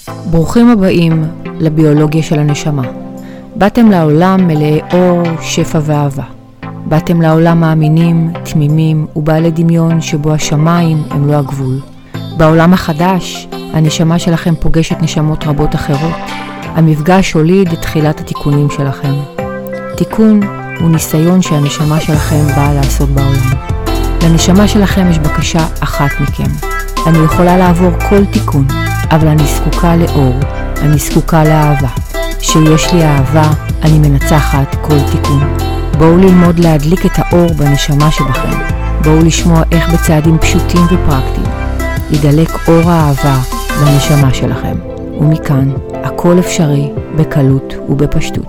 ברוכים הבאים לביולוגיה של הנשמה. באתם לעולם מלאי אור, שפע ואהבה. באתם לעולם מאמינים, תמימים ובעלי דמיון שבו השמיים הם לא הגבול. בעולם החדש, הנשמה שלכם פוגשת נשמות רבות אחרות. המפגש הוליד את תחילת התיקונים שלכם. תיקון הוא ניסיון שהנשמה שלכם באה לעשות בעולם. לנשמה שלכם יש בקשה אחת מכם. אני יכולה לעבור כל תיקון, אבל אני זקוקה לאור, אני זקוקה לאהבה. שיש לי אהבה, אני מנצחת כל תיקון. בואו ללמוד להדליק את האור בנשמה שבכם. בואו לשמוע איך בצעדים פשוטים ופרקטיים ידלק אור האהבה בנשמה שלכם. ומכאן, הכל אפשרי בקלות ובפשטות.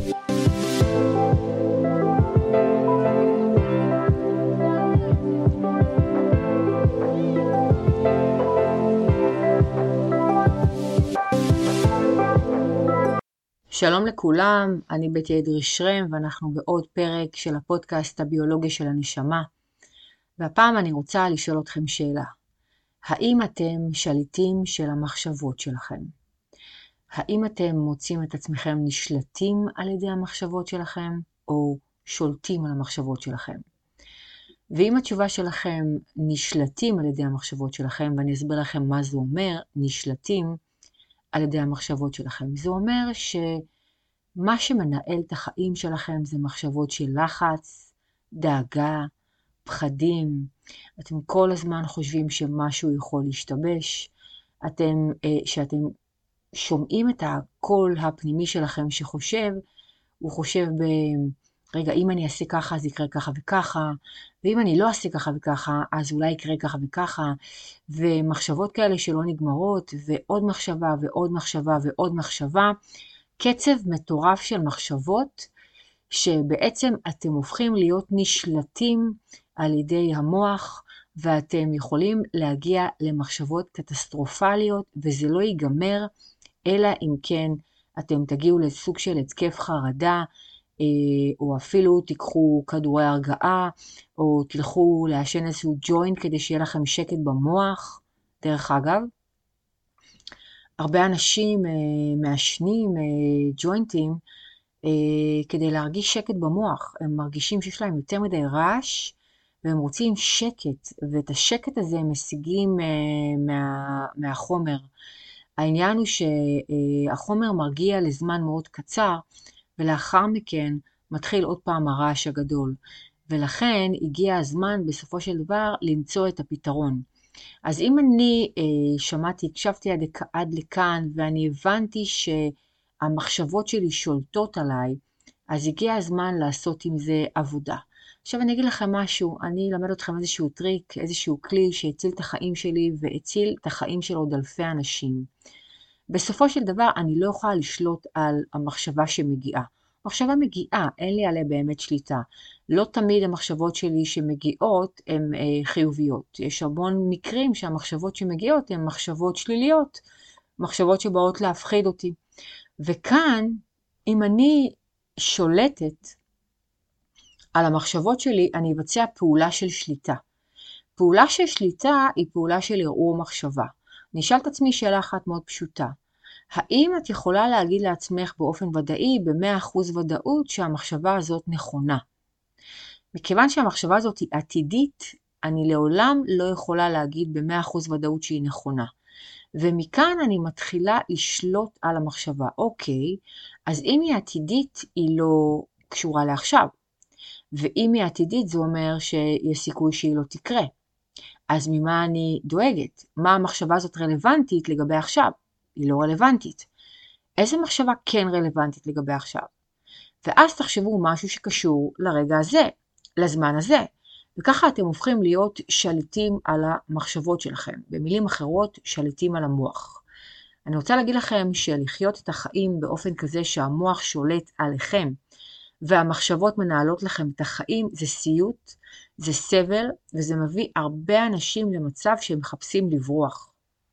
שלום לכולם, אני בית אדרי שרם ואנחנו בעוד פרק של הפודקאסט הביולוגיה של הנשמה. והפעם אני רוצה לשאול אתכם שאלה. האם אתם שליטים של המחשבות שלכם? האם אתם מוצאים את עצמכם נשלטים על ידי המחשבות שלכם או שולטים על המחשבות שלכם? ואם התשובה שלכם נשלטים על ידי המחשבות שלכם, ואני אסביר לכם מה זה אומר, נשלטים על ידי המחשבות שלכם. זה אומר שמה שמנהל את החיים שלכם זה מחשבות של לחץ, דאגה, פחדים. אתם כל הזמן חושבים שמשהו יכול להשתבש. שאתם שומעים את הקול הפנימי שלכם שחושב, הוא חושב רגע, אם אני אעשה ככה, אז יקרה ככה וככה, ואם אני לא אעשה ככה וככה, אז אולי יקרה ככה וככה, ומחשבות כאלה שלא נגמרות, ועוד מחשבה ועוד מחשבה ועוד מחשבה, קצב מטורף של מחשבות, שבעצם אתם הופכים להיות נשלטים על ידי המוח, ואתם יכולים להגיע למחשבות קטסטרופליות, וזה לא ייגמר, אלא אם כן אתם תגיעו לסוג של התקף חרדה, או אפילו תיקחו כדורי הרגעה, או תלכו לעשן איזשהו ג'וינט כדי שיהיה לכם שקט במוח. דרך אגב, הרבה אנשים מעשנים ג'וינטים כדי להרגיש שקט במוח. הם מרגישים שיש להם יותר מדי רעש, והם רוצים שקט, ואת השקט הזה הם משיגים מהחומר. העניין הוא שהחומר מרגיע לזמן מאוד קצר, ולאחר מכן מתחיל עוד פעם הרעש הגדול. ולכן הגיע הזמן בסופו של דבר למצוא את הפתרון. אז אם אני הקשבתי עד לכאן, ואני הבנתי שהמחשבות שלי שולטות עליי, אז הגיע הזמן לעשות עם זה עבודה. עכשיו אני אגיד לכם משהו, אני אלמד אתכם איזשהו טריק, איזשהו כלי שהציל את החיים שלי, והציל את החיים של עוד אלפי אנשים. בסופו של דבר אני לא יכולה לשלוט על המחשבה שמגיעה. מחשבה מגיעה, אין לי עליה באמת שליטה. לא תמיד המחשבות שלי שמגיעות הן חיוביות. יש המון מקרים שהמחשבות שמגיעות הן מחשבות שליליות, מחשבות שבאות להפחיד אותי. וכאן, אם אני שולטת על המחשבות שלי, אני אבצע פעולה של שליטה. פעולה של שליטה היא פעולה של ערעור מחשבה. אני אשאל את עצמי שאלה אחת מאוד פשוטה. האם את יכולה להגיד לעצמך באופן ודאי, ב100% ודאות, שהמחשבה הזאת נכונה? מכיוון שהמחשבה הזאת היא עתידית, אני לעולם לא יכולה להגיד ב100% ודאות שהיא נכונה. ומכאן אני מתחילה לשלוט על המחשבה. אוקיי, אז אם היא עתידית, היא לא קשורה לעכשיו. ואם היא עתידית, זה אומר שיש סיכוי שהיא לא תקרה. אז ממה אני דואגת? מה המחשבה הזאת רלוונטית לגבי עכשיו? היא לא רלוונטית. איזה מחשבה כן רלוונטית לגבי עכשיו? ואז תחשבו משהו שקשור לרגע הזה, לזמן הזה. וככה אתם הופכים להיות שליטים על המחשבות שלכם. במילים אחרות, שליטים על המוח. אני רוצה להגיד לכם שלחיות את החיים באופן כזה שהמוח שולט עליכם, והמחשבות מנהלות לכם את החיים, זה סיוט, זה סבל, וזה מביא הרבה אנשים למצב שהם מחפשים לברוח.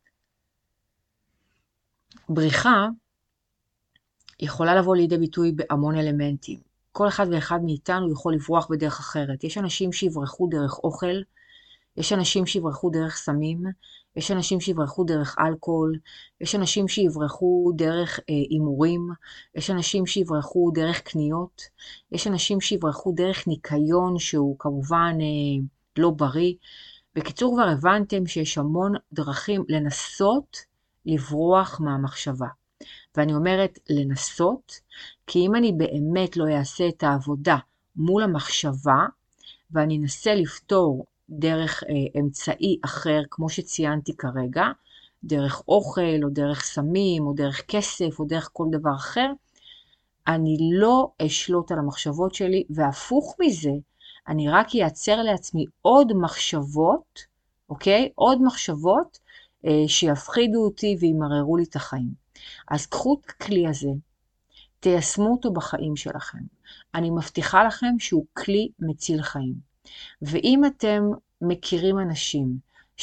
בריחה יכולה לבוא לידי ביטוי בהמון אלמנטים. כל אחד ואחד מאיתנו יכול לברוח בדרך אחרת. יש אנשים שיברחו דרך אוכל, יש אנשים שיברחו דרך סמים, יש אנשים שיברחו דרך אלכוהול, יש אנשים שיברחו דרך הימורים, יש אנשים שיברחו דרך קניות, יש אנשים שיברחו דרך ניקיון שהוא כמובן לא בריא. בקיצור, כבר הבנתם שיש המון דרכים לנסות לברוח מהמחשבה. ואני אומרת לנסות, כי אם אני באמת לא אעשה את העבודה מול המחשבה, ואני אנסה לפתור דרך אמצעי אחר, כמו שציינתי כרגע, דרך אוכל, או דרך סמים, או דרך כסף, או דרך כל דבר אחר, אני לא אשלוט על המחשבות שלי, והפוך מזה, אני רק אייצר לעצמי עוד מחשבות, אוקיי? עוד מחשבות שיפחידו אותי וימררו לי את החיים. אז קחו את הכלי הזה, תיישמו אותו בחיים שלכם. אני מבטיחה לכם שהוא כלי מציל חיים. ואם אתם מכירים אנשים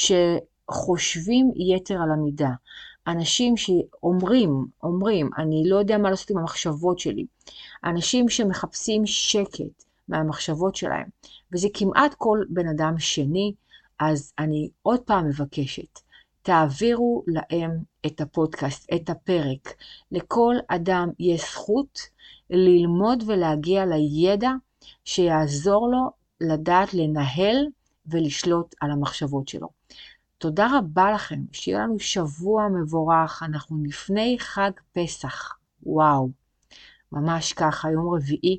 שחושבים יתר על המידה, אנשים שאומרים, אני לא יודע מה לעשות עם המחשבות שלי, אנשים שמחפשים שקט מהמחשבות שלהם, וזה כמעט כל בן אדם שני, אז אני עוד פעם מבקשת, תעבירו להם את הפודקאסט, את הפרק. לכל אדם יש זכות ללמוד ולהגיע לידע שיעזור לו לדעת לנהל ולשלוט על המחשבות שלו. תודה רבה לכם, שיהיה לנו שבוע מבורך, אנחנו לפני חג פסח, וואו, ממש ככה, יום רביעי,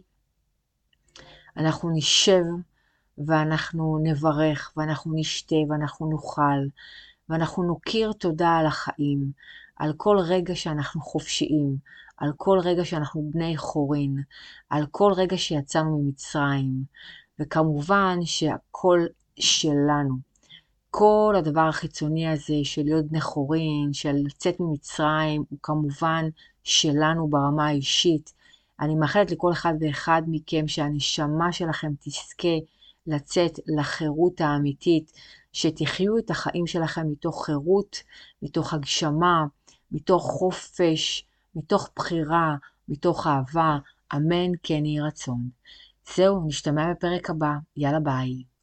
אנחנו נשב ואנחנו נברך ואנחנו נשתה ואנחנו נאכל, ואנחנו נוקיר תודה על החיים, על כל רגע שאנחנו חופשיים, על כל רגע שאנחנו בני חורין, על כל רגע שיצאנו ממצרים, וכמובן שהכל שלנו. כל הדבר החיצוני הזה של להיות בני חורין, של לצאת ממצרים, הוא כמובן שלנו ברמה האישית. אני מאחלת לכל אחד ואחד מכם שהנשמה שלכם תזכה לצאת לחירות האמיתית, שתחיו את החיים שלכם מתוך חירות, מתוך הגשמה, מתוך חופש, מתוך בחירה, מתוך אהבה. אמן כן יהי רצון. זהו, נשתמע בפרק הבא. יאללה ביי.